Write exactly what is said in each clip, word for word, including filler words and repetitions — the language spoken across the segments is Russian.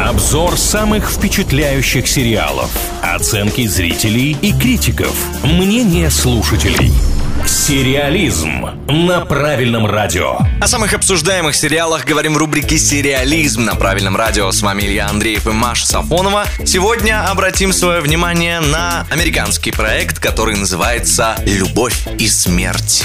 Обзор самых впечатляющих сериалов. Оценки зрителей и критиков. Мнение слушателей. Сериализм на правильном радио. О самых обсуждаемых сериалах говорим в рубрике «Сериализм» на правильном радио. С вами Илья Андреев и Маша Сафонова. Сегодня обратим свое внимание на американский проект, который называется «Любовь и смерть».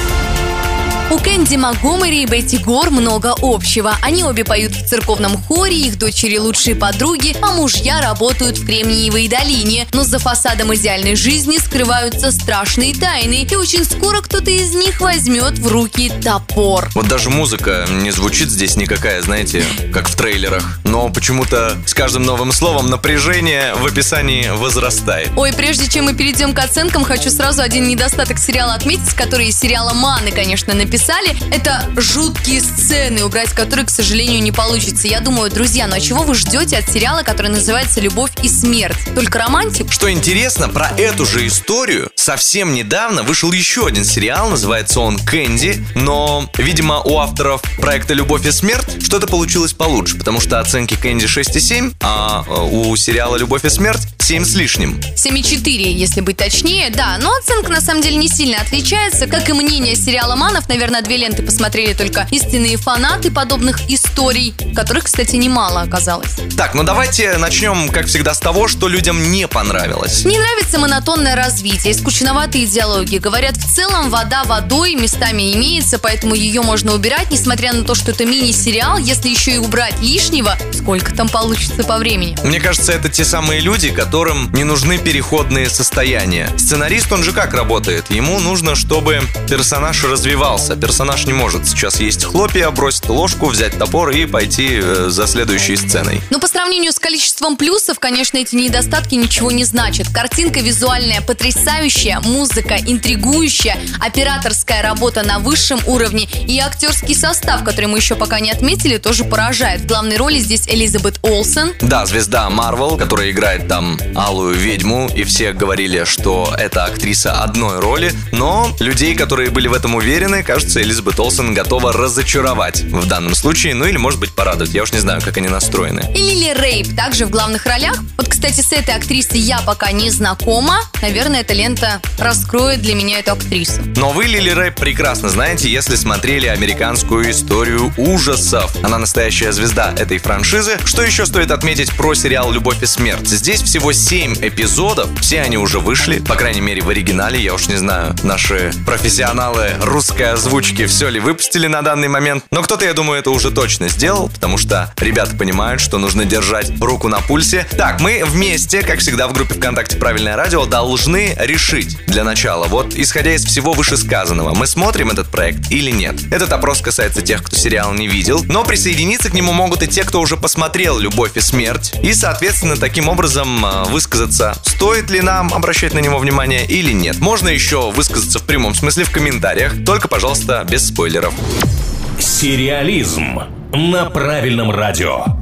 У Кэнди Монтгомери и Бетти Гор много общего. Они обе поют в церковном хоре, их дочери лучшие подруги, а мужья работают в Кремниевой долине. Но за фасадом идеальной жизни скрываются страшные тайны, и очень скоро кто-то из них возьмет в руки топор. Вот даже музыка не звучит здесь никакая, знаете, как в трейлерах. Но почему-то с каждым новым словом напряжение в описании возрастает. Ой, прежде чем мы перейдем к оценкам, хочу сразу один недостаток сериала отметить, который из сериала «Маны», конечно, написали. Это жуткие сцены, убрать которые, к сожалению, не получится. Я думаю, друзья, ну а чего вы ждете от сериала, который называется «Любовь и смерть»? Только романтик? Что интересно, про эту же историю совсем недавно вышел еще один сериал, называется он «Кэнди», но, видимо, у авторов проекта «Любовь и смерть» что-то получилось получше, потому что оценки «Кэнди» шесть и семь, а у сериала «Любовь и смерть» семь с лишним. семь и четыре, если быть точнее, да, но оценка на самом деле не сильно отличается, как и мнение сериала «Манов». Наверное, на две ленты посмотрели только истинные фанаты подобных историй, которых, кстати, немало оказалось. Так, ну давайте начнем, как всегда, с того, что людям не понравилось. Не нравится монотонное развитие, скучноватые диалоги. Говорят, в целом вода водой местами имеется, поэтому ее можно убирать, несмотря на то, что это мини-сериал. Если еще и убрать лишнего, сколько там получится по времени? Мне кажется, это те самые люди, которым не нужны переходные состояния. Сценарист, он же как работает? Ему нужно, чтобы персонаж развивался. Персонаж не может сейчас есть хлопья, бросить ложку, взять топор и пойти э, за следующей сценой. Но по сравнению с количеством плюсов, конечно, эти недостатки ничего не значат. Картинка визуальная потрясающая, музыка интригующая, операторская работа на высшем уровне и актерский состав, который мы еще пока не отметили, тоже поражает. В главной роли здесь Элизабет Олсен. Да, звезда Марвел, которая играет там алую ведьму, и все говорили, что это актриса одной роли, но людей, которые были в этом уверены, кажется, Элизабет Олсен готова разочаровать в данном случае, ну или, может быть, порадовать. Я уж не знаю, как они настроены. И Лили Рейп также в главных ролях. Вот, кстати, с этой актрисой я пока не знакома. Наверное, эта лента раскроет для меня эту актрису. Но вы Лили Рейп прекрасно знаете, если смотрели американскую историю ужасов. Она настоящая звезда этой франшизы. Что еще стоит отметить про сериал «Любовь и смерть»? Здесь всего семь эпизодов. Все они уже вышли, по крайней мере, в оригинале. Я уж не знаю, наши профессионалы русской озвучки все ли выпустили на данный момент. Но кто-то, я думаю, это уже точно сделал, потому что ребята понимают, что нужно держать руку на пульсе. Так, мы вместе, как всегда в группе ВКонтакте «Правильное радио», должны решить для начала, вот исходя из всего вышесказанного, мы смотрим этот проект или нет. Этот опрос касается тех, кто сериал не видел, но присоединиться к нему могут и те, кто уже посмотрел «Любовь и смерть», и, соответственно, таким образом высказаться, стоит ли нам обращать на него внимание или нет. Можно еще высказаться в прямом смысле в комментариях, только, пожалуйста, без спойлеров. Сериализм на правильном радио.